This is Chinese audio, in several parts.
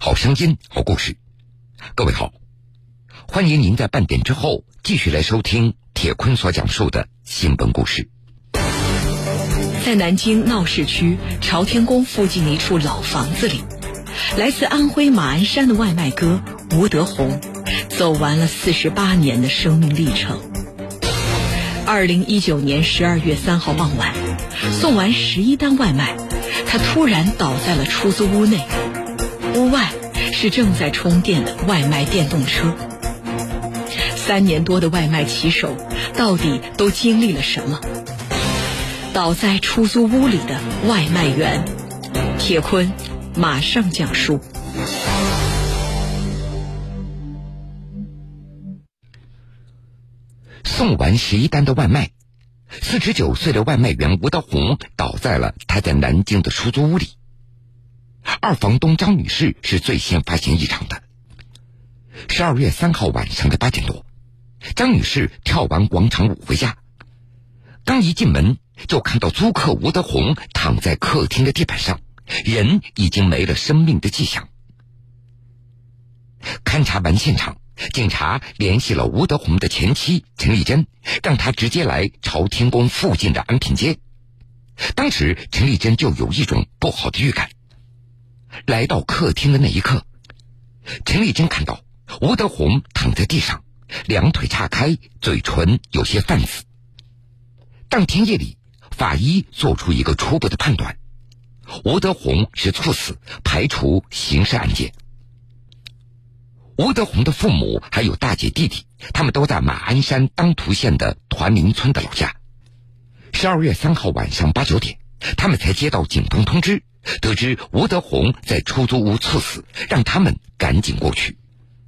好声音，好故事。各位好，欢迎您在半点之后继续来收听铁坤所讲述的新闻故事。 在南京闹市区朝天宫附近的一处老房子里，来自安徽马鞍山的外卖哥吴德宏走完了48年的生命历程。2019年12月3号傍晚，送完11单外卖，他突然倒在了出租屋内，屋外是正在充电的外卖电动车。3年多的外卖骑手到底都经历了什么？倒在出租屋里的外卖员，铁坤马上讲述。 送完11单的外卖，49岁的外卖员吴德宏倒在了他在南京的出租屋里。二房东张女士是最先发现异常的。12月3号晚上的8点多，张女士跳完广场舞回家，刚一进门就看到租客吴德宏躺在客厅的地板上，人已经没了生命的迹象。勘察完现场，警察联系了吴德宏的前妻陈丽珍，让她直接来朝天宫附近的安平街。当时陈丽珍就有一种不好的预感。来到客厅的那一刻，陈丽珍看到吴德宏躺在地上，两腿岔开，嘴唇有些泛紫。当天夜里，法医做出一个初步的判断，吴德宏是猝死，排除刑事案件。吴德宏的父母还有大姐弟弟，他们都在马鞍山当涂县的团林村的老家。12月3号晚上8、9点，他们才接到警方通知，得知吴德宏在出租屋猝死，让他们赶紧过去。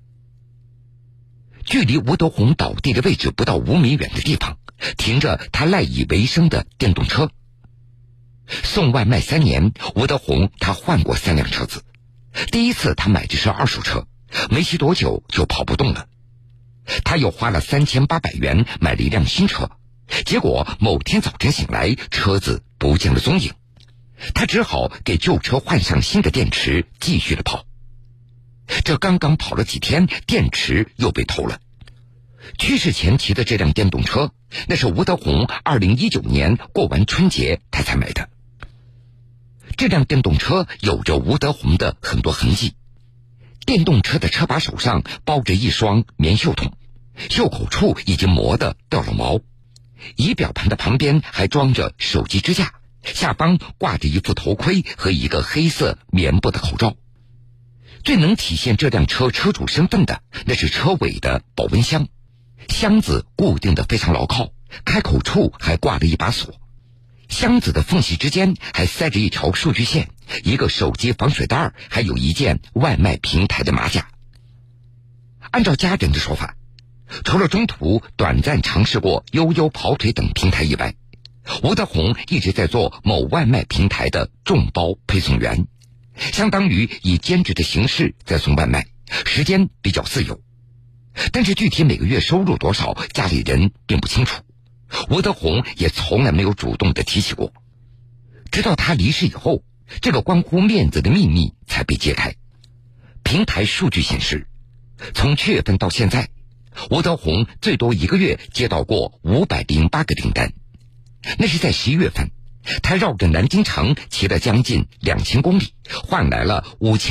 距离吴德宏倒地的位置不到5米远的地方，停着他赖以为生的电动车。送外卖3年，吴德宏他换过3辆车子。第一次他买的是二手车，没骑多久就跑不动了。他又花了3800元买了一辆新车，结果某天早晨醒来，车子不见了踪影。他只好给旧车换上新的电池，继续的跑。这刚刚跑了几天，电池又被偷了。去世前骑的这辆电动车，那是吴德宏2019年过完春节他才买的。这辆电动车有着吴德宏的很多痕迹。电动车的车把手上包着一双棉袖筒，袖口处已经磨得掉了毛。仪表盘的旁边还装着手机支架，下方挂着一副头盔和一个黑色棉布的口罩。最能体现这辆车车主身份的，那是车尾的保温箱，箱子固定得非常牢靠，开口处还挂了一把锁，箱子的缝隙之间还塞着一条数据线，一个手机防水袋，还有一件外卖平台的马甲。按照家人的说法，除了中途短暂尝试过悠悠跑腿等平台以外，吴德宏一直在做某外卖平台的众包配送员，相当于以兼职的形式在送外卖，时间比较自由。但是具体每个月收入多少，家里人并不清楚，吴德宏也从来没有主动的提起过。直到他离世以后，这个关乎面子的秘密才被揭开。平台数据显示，从7月份到现在，吴德宏最多一个月接到过508个订单。那是在11月份，他绕着南京城骑了将近2000公里，换来了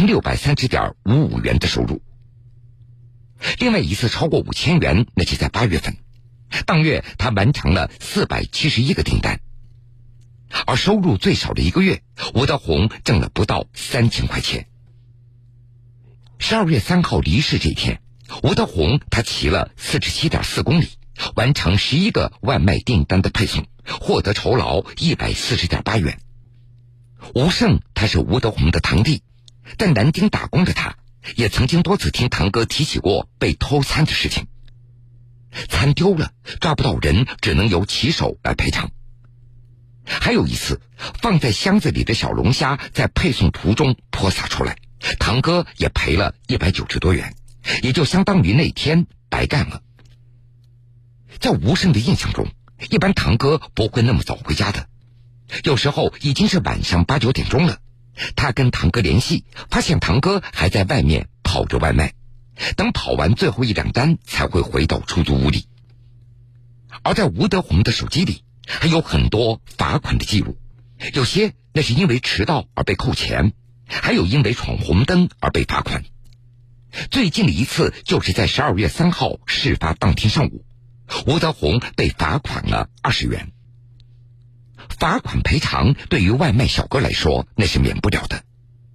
5630.55元的收入。另外一次超过5000元，那是在8月份，当月他完成了471个订单。而收入最少的一个月，吴德宏挣了不到3000块钱。12月3号离世这天，吴德宏他骑了47.4公里，完成11个外卖订单的配送，获得酬劳140.8元。吴胜他是吴德宏的堂弟，在南京打工的他，也曾经多次听堂哥提起过被偷餐的事情。餐丢了，抓不到人，只能由骑手来赔偿。还有一次，放在箱子里的小龙虾在配送途中泼洒出来，堂哥也赔了190多元，也就相当于那天白干了。在吴胜的印象中，一般堂哥不会那么早回家的，有时候已经是晚上8、9点钟了。 他跟堂哥联系，发现堂哥还在外面跑着外卖，等跑完最后一两单才会回到出租屋里。而在吴德宏的手机里还有很多罚款的记录，有些那是因为迟到而被扣钱，还有因为闯红灯而被罚款。最近的一次就是在12月3号事发当天上午，吴德宏被罚款了20元。罚款赔偿对于外卖小哥来说那是免不了的。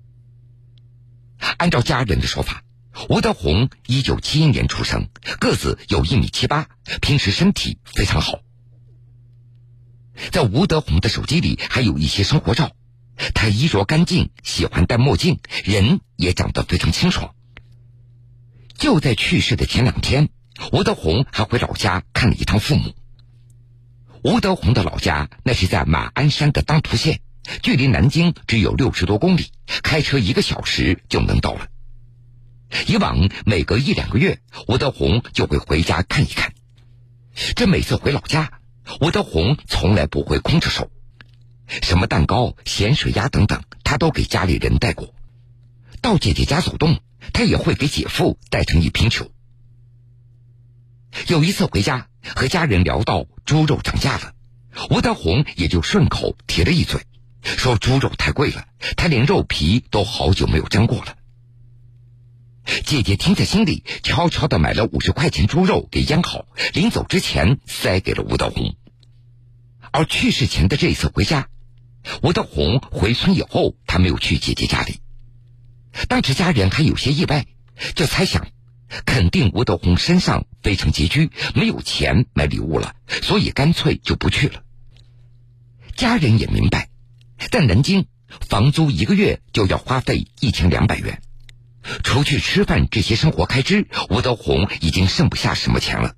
按照家人的说法，吴德宏1971年出生，个子有1.78米，平时身体非常好。在吴德宏的手机里还有一些生活照，他衣着干净，喜欢戴墨镜，人也长得非常清爽。就在去世的前2天，吴德宏还回老家看了一趟父母。吴德宏的老家那是在马鞍山的当涂县，距离南京只有60多公里，开车1个小时就能到了。以往每隔1-2个月，吴德宏就会回家看一看。这每次回老家，吴德宏从来不会空着手，什么蛋糕、咸水鸭等等，他都给家里人带过。到姐姐家走动，他也会给姐夫带上一瓶酒。有一次回家，和家人聊到猪肉涨价了，吴德宏也就顺口提了一嘴，说猪肉太贵了，他连肉皮都好久没有沾过了。姐姐听在心里，悄悄地买了50块钱猪肉给腌好，临走之前塞给了吴德宏。而去世前的这一次回家，吴德宏回村以后，他没有去姐姐家里。当时家人还有些意外，就猜想肯定吴德宏身上非常拮据，没有钱买礼物了，所以干脆就不去了。家人也明白，在南京房租1个月就要花费1200元，除去吃饭这些生活开支，吴德宏已经剩不下什么钱了。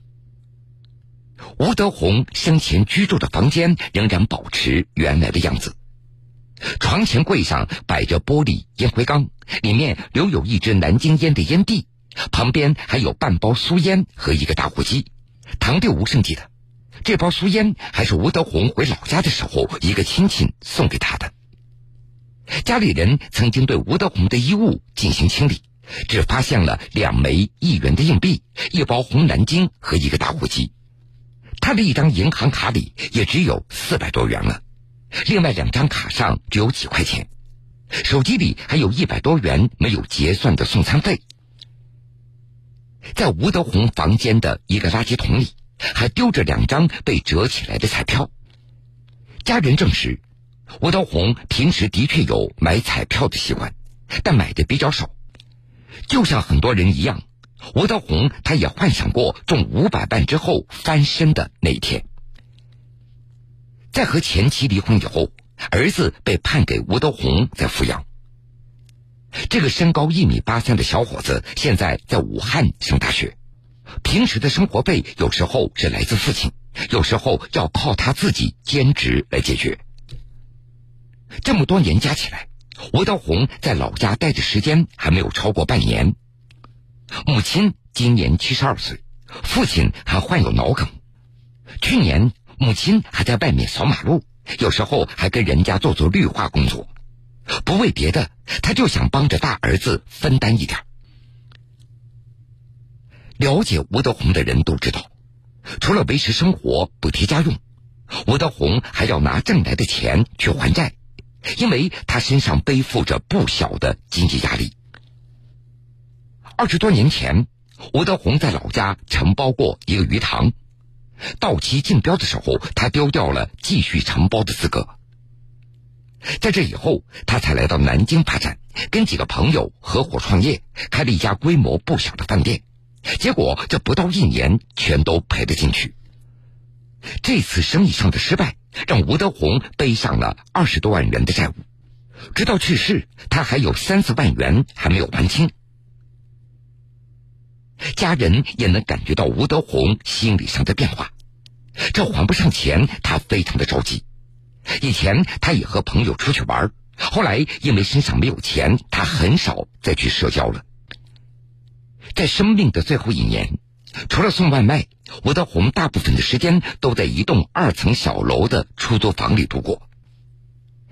吴德宏生前居住的房间仍然保持原来的样子，床前柜上摆着玻璃烟灰缸，里面留有一支南京烟的烟蒂，旁边还有半包苏烟和一个打火机。堂弟吴胜记得，这包苏烟还是吴德宏回老家的时候一个亲戚送给他的。家里人曾经对吴德宏的衣物进行清理，只发现了2枚1元的硬币、一包红南京和一个打火机。他的一张银行卡里也只有400多元了，另外2张卡上只有几块钱，手机里还有100多元没有结算的送餐费。在吴德宏房间的一个垃圾桶里还丢着2张被折起来的彩票。家人证实，吴德宏平时的确有买彩票的习惯，但买的比较少。就像很多人一样，吴德宏他也幻想过中500万之后翻身的那一天。在和前妻离婚以后，儿子被判给吴德宏在抚养。这个身高1.83米的小伙子现在在武汉上大学，平时的生活费有时候是来自父亲，有时候要靠他自己兼职来解决。这么多年加起来，吴德宏在老家待的时间还没有超过半年。母亲今年72岁，父亲还患有脑梗。去年母亲还在外面扫马路，有时候还跟人家做绿化工作。不为别的，他就想帮着大儿子分担一点。了解吴德宏的人都知道，除了维持生活补贴家用，吴德宏还要拿挣来的钱去还债，因为他身上背负着不小的经济压力。20多年前，吴德宏在老家承包过一个鱼塘，到期竞标的时候，他丢掉了继续承包的资格。在这以后，他才来到南京发展，跟几个朋友合伙创业，开了一家规模不小的饭店。结果这不到1年全都赔了进去。这次生意上的失败让吴德宏背上了20多万元的债务，直到去世他还有30万元还没有还清。家人也能感觉到吴德宏心理上的变化，这还不上钱，他非常的着急。以前他也和朋友出去玩，后来因为身上没有钱，他很少再去社交了。在生命的最后1年，除了送外卖，吴德宏大部分的时间都在一栋2层小楼的出租房里度过。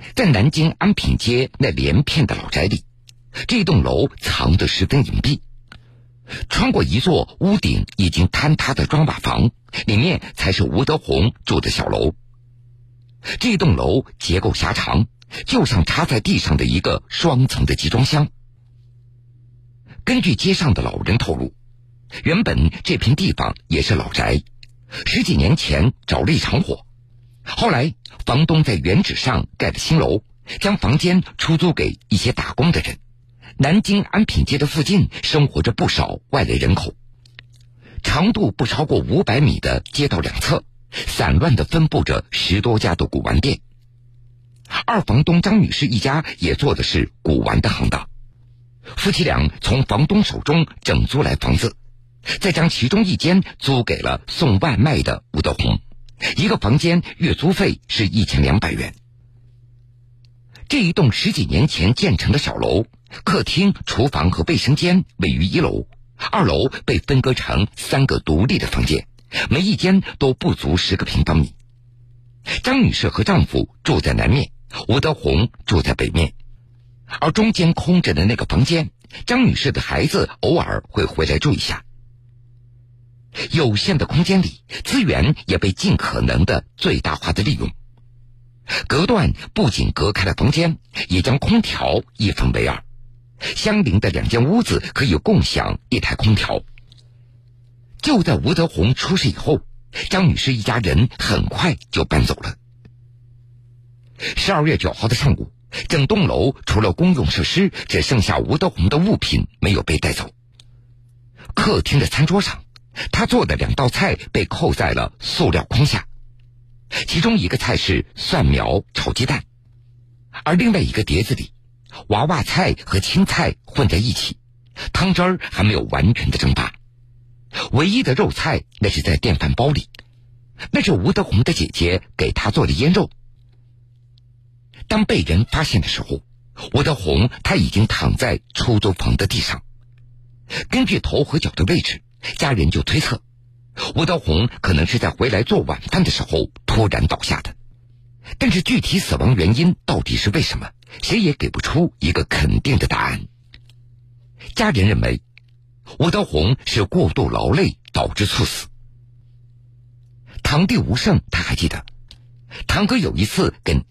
在南京安平街那连片的老宅里，这栋楼藏得十分隐蔽。穿过一座屋顶已经坍塌的砖瓦房，里面才是吴德宏住的小楼。这栋楼结构狭长，就像插在地上的一个双层的集装箱。根据街上的老人透露，原本这片地方也是老宅，10几年前着了一场火，后来房东在原址上盖了新楼，将房间出租给一些打工的人。南京安平街的附近生活着不少外来人口，长度不超过500米的街道两侧散乱地分布着10多家的古玩店。二房东张女士一家也做的是古玩的行当，夫妻俩从房东手中整租来房子，再将其中一间租给了送外卖的吴德宏，一个房间月租费是1200元。这一栋10几年前建成的小楼，客厅、厨房和卫生间位于1楼，2楼被分割成3个独立的房间，每一间都不足10个平方米。张女士和丈夫住在南面，吴德宏住在北面，而中间空着的那个房间，张女士的孩子偶尔会回来住一下。有限的空间里，资源也被尽可能的最大化的利用。隔断不仅隔开了房间，也将空调一分为二，相邻的2间屋子可以共享1台空调。就在吴德宏出事以后，张女士一家人很快就搬走了。12月9号的上午，整栋楼除了公用设施，只剩下吴德宏的物品没有被带走。客厅的餐桌上，他做的2道菜被扣在了塑料筐下，其中一个菜是蒜苗炒鸡蛋，而另外一个碟子里，娃娃菜和青菜混在一起，汤汁儿还没有完全的蒸发。唯一的肉菜那是在电饭煲里，那是吴德宏的姐姐给他做的腌肉。当被人发现的时候，吴德宏他已经躺在出租房的地上。根据头和脚的位置，家人就推测吴德宏可能是在回来做晚饭的时候突然倒下的，但是具体死亡原因到底是为什么，谁也给不出一个肯定的答案。家人认为吴德宏是过度劳累导致猝死。堂弟吴胜他还记得，堂哥有一次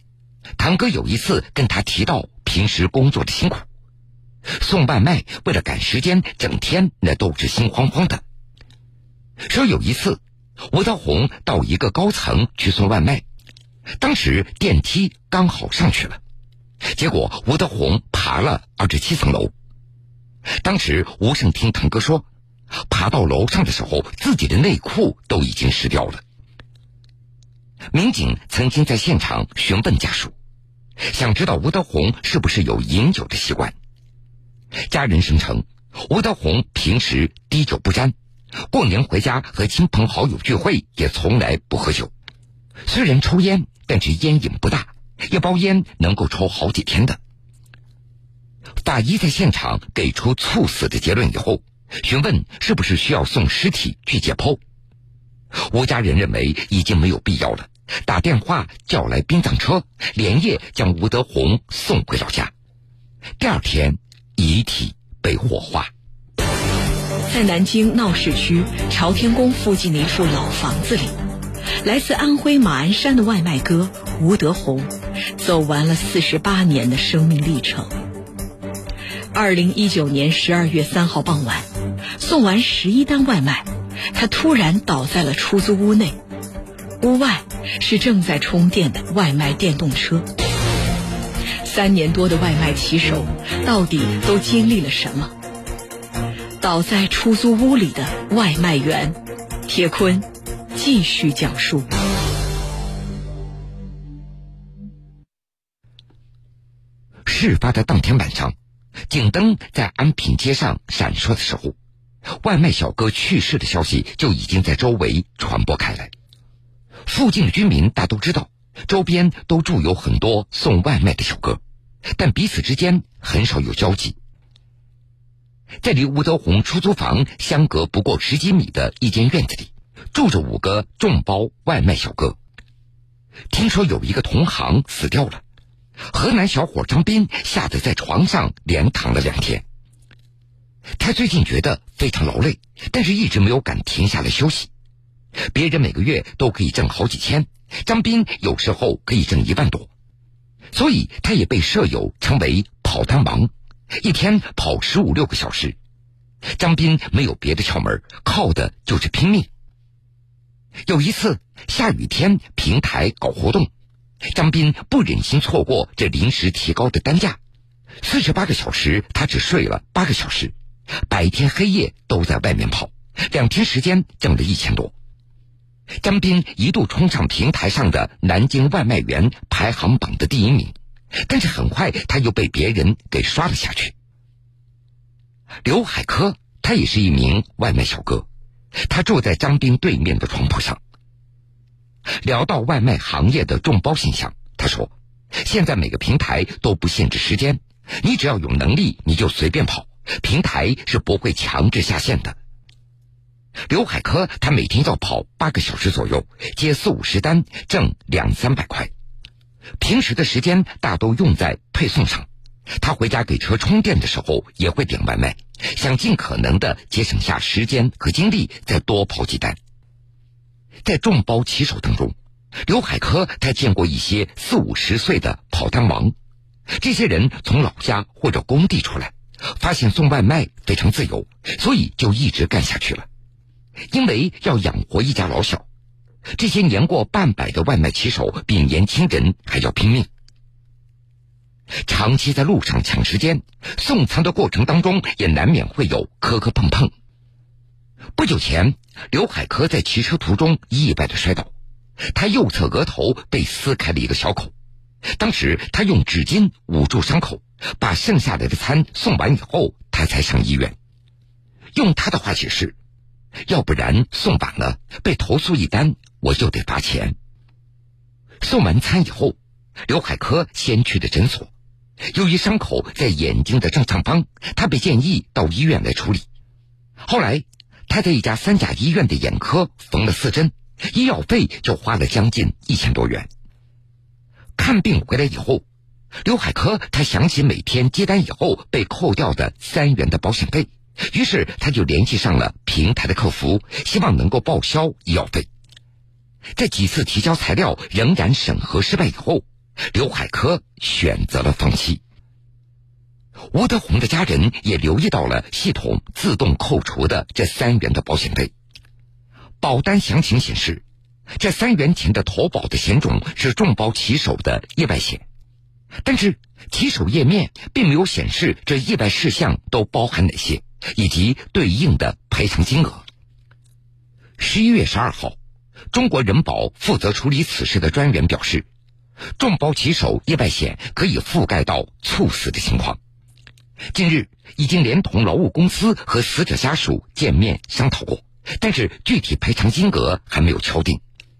跟他提到平时工作的辛苦，送外卖为了赶时间，整天那都是心慌慌的。说有一次吴德宏到一个高层去送外卖，当时电梯刚好上去了，结果吴德宏爬了27层楼。当时吴胜听堂哥说，爬到楼上的时候自己的内裤都已经湿掉了。民警曾经在现场询问家属，想知道吴德宏是不是有饮酒的习惯。家人声称吴德宏平时滴酒不沾，过年回家和亲朋好友聚会也从来不喝酒，虽然抽烟，但是烟瘾不大，一包烟能够抽好几天的。法医在现场给出猝死的结论以后，询问是不是需要送尸体去解剖。吴家人认为已经没有必要了，打电话叫来殡葬车，连夜将吴德宏送回老家。第2天，遗体被火化。 在南京闹市区朝天宫附近的一处老房子里，来自安徽马鞍山的外卖哥吴德宏走完了48年的生命历程。2019年12月3号傍晚，送完11单外卖，他突然倒在了出租屋内，屋外是正在充电的外卖电动车。3年多的外卖骑手到底都经历了什么？倒在出租屋里的外卖员，铁坤继续讲述。 事发的当天晚上，警灯在安平街上闪烁的时候，外卖小哥去世的消息就已经在周围传播开来。附近的居民大都知道，周边都住有很多送外卖的小哥，但彼此之间很少有交集。在离吴德宏出租房相隔不过10几米的一间院子里，住着5个众包外卖小哥。听说有一个同行死掉了， 河南小伙张斌吓得在床上连躺了2天。他最近觉得非常劳累，但是一直没有敢停下来休息。别人每个月都可以挣好几千，张斌有时候可以挣1万多，所以他也被舍友称为跑单王，一天跑15-16个小时。张斌没有别的窍门，靠的就是拼命。有一次下雨天平台搞活动，张斌不忍心错过这临时提高的单价，48个小时他只睡了8个小时，白天黑夜都在外面跑，2天时间挣了1000多。张斌一度冲上平台上的南京外卖员排行榜的第1名，但是很快他又被别人给刷了下去。刘海科他也是一名外卖小哥，他住在张斌对面的床铺上。聊到外卖行业的众包现象，他说现在每个平台都不限制时间，你只要有能力你就随便跑，平台是不会强制下线的。刘海科他每天要跑8个小时左右，接40-50单，挣200-300块。平时的时间大都用在配送上，他回家给车充电的时候也会点外卖，想尽可能的节省下时间和精力，再多跑几单。在众包骑手当中，刘海科他见过一些40-50岁的跑单王，这些人从老家或者工地出来，发现送外卖非常自由，所以就一直干下去了。因为要养活一家老小，这些年过半百的外卖骑手比年轻人还要拼命。长期在路上抢时间，送餐的过程当中也难免会有磕磕碰碰。不久前，刘海科在骑车途中意外的摔倒，他右侧额头被撕开了一个小口，当时他用纸巾捂住伤口，把剩下来的餐送完以后，他才上医院。用他的话解释，要不然送晚了被投诉1单我就得罚钱。送完餐以后，刘海科先去的诊所，由于伤口在眼睛的正上方，他被建议到医院来处理。后来他在一家3甲医院的眼科缝了4针，医药费就花了将近1000多元。看病回来以后，刘海科他想起每天接单以后被扣掉的3元的保险费，于是他就联系上了平台的客服，希望能够报销医药费。在几次提交材料仍然审核失败以后，刘海科选择了放弃。吴德宏的家人也留意到了系统自动扣除的这3元的保险费。保单详情显示，这3元钱的投保的险种是众包骑手的意外险，但是骑手页面并没有显示这意外事项都包含哪些，以及对应的赔偿金额。11月12号，中国人保负责处理此事的专员表示，众包骑手意外险可以覆盖到猝死的情况。近日已经连同劳务公司和死者家属见面商讨过，但是具体赔偿金额还没有敲定。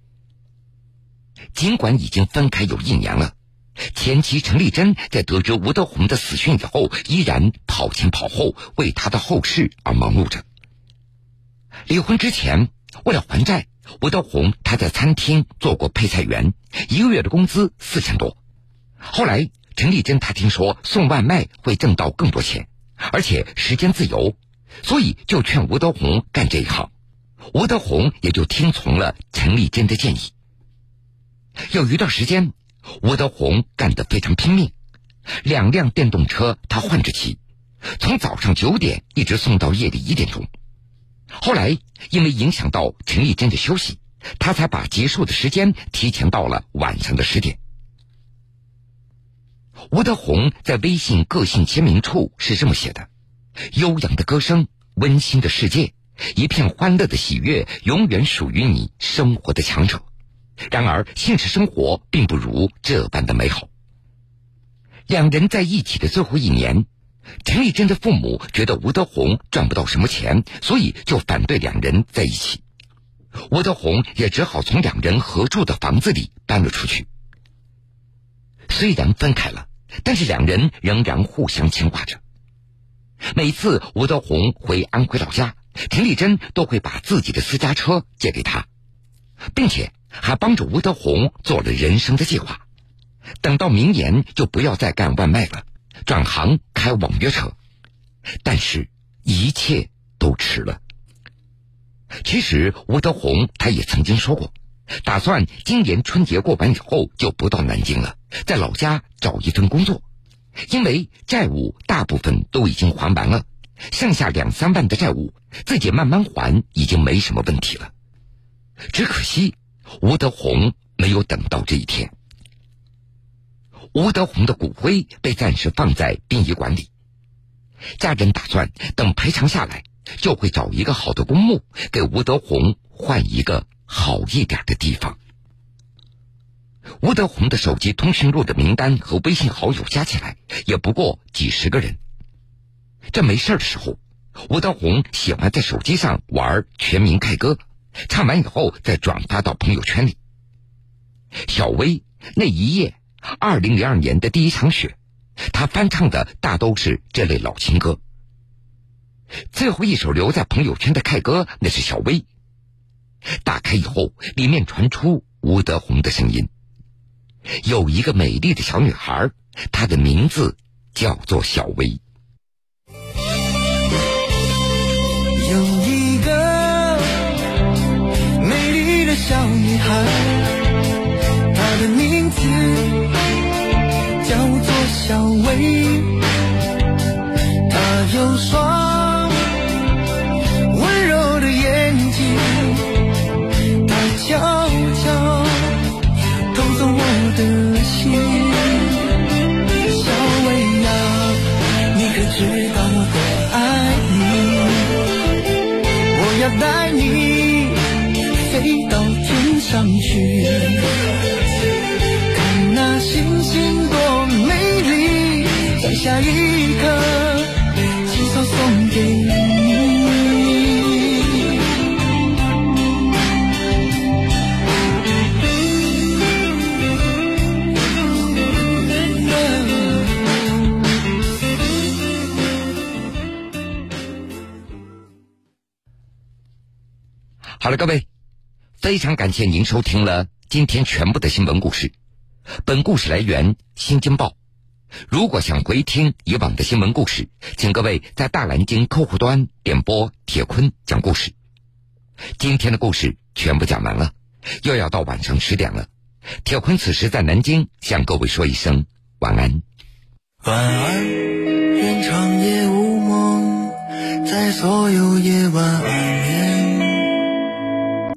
尽管已经分开有1年了，前妻陈丽珍在得知吴德宏的死讯以后，依然跑前跑后，为他的后事而忙碌着。离婚之前，为了还债，吴德宏他在餐厅做过配菜员，1个月的工资4000多。后来陈丽珍她听说送外卖会挣到更多钱，而且时间自由，所以就劝吴德宏干这一行。吴德宏也就听从了陈丽珍的建议。有一段时间，吴德宏干得非常拼命，2辆电动车他换着骑，从早上9点一直送到夜里1点钟。后来因为影响到陈丽珍的休息，他才把结束的时间提前到了晚上的10点。吴德宏在微信个性签名处是这么写的：悠扬的歌声，温馨的世界，一片欢乐的喜悦，永远属于你生活的强者。然而现实生活并不如这般的美好。2人在一起的最后1年，陈丽珍的父母觉得吴德宏赚不到什么钱，所以就反对2人在一起。吴德宏也只好从2人合住的房子里搬了出去。虽然分开了，但是2人仍然互相牵挂着。每次吴德宏回安徽老家，陈丽珍都会把自己的私家车借给他，并且还帮着吴德宏做了人生的计划。 等到明年就不要再干外卖了，转行开网约车。但是一切都迟了。其实吴德宏他也曾经说过，打算今年春节过完以后就不到南京了，在老家找一份工作，因为债务大部分都已经还完了，剩下2-3万的债务自己慢慢还已经没什么问题了。只可惜吴德宏没有等到这一天。吴德宏的骨灰被暂时放在殡仪馆里，家人打算等赔偿下来就会找一个好的公墓给吴德宏换一个好一点的地方。吴德宏的手机通讯录的名单和微信好友加起来也不过几十个人。这没事的时候，吴德宏喜欢在手机上玩全民 K 歌，唱完以后再转发到朋友圈里。小薇那一夜2002年的第一场雪，他翻唱的大都是这类老情歌。最后一首留在朋友圈的 K 歌，那是小薇。打开以后，里面传出吴德宏的声音。有一个美丽的小女孩，她的名字叫做小薇。 有一个美丽的小女孩，她的名字叫做小薇，她有双温柔的眼睛，她悄悄偷走我的心。小薇呀，你可知道我多爱你，我要带你飞到天上去，看那星星多美丽，在下一刻亲手送给你。 好了，各位，非常感谢您收听了今天全部的新闻故事。本故事来源新京报。如果想回听以往的新闻故事，请各位在大蓝鲸客户端点播铁坤讲故事。今天的故事全部讲完了，又要到晚上10点了。铁坤此时在南京向各位说一声晚安。 晚安，愿长夜无梦，在所有夜晚安眠。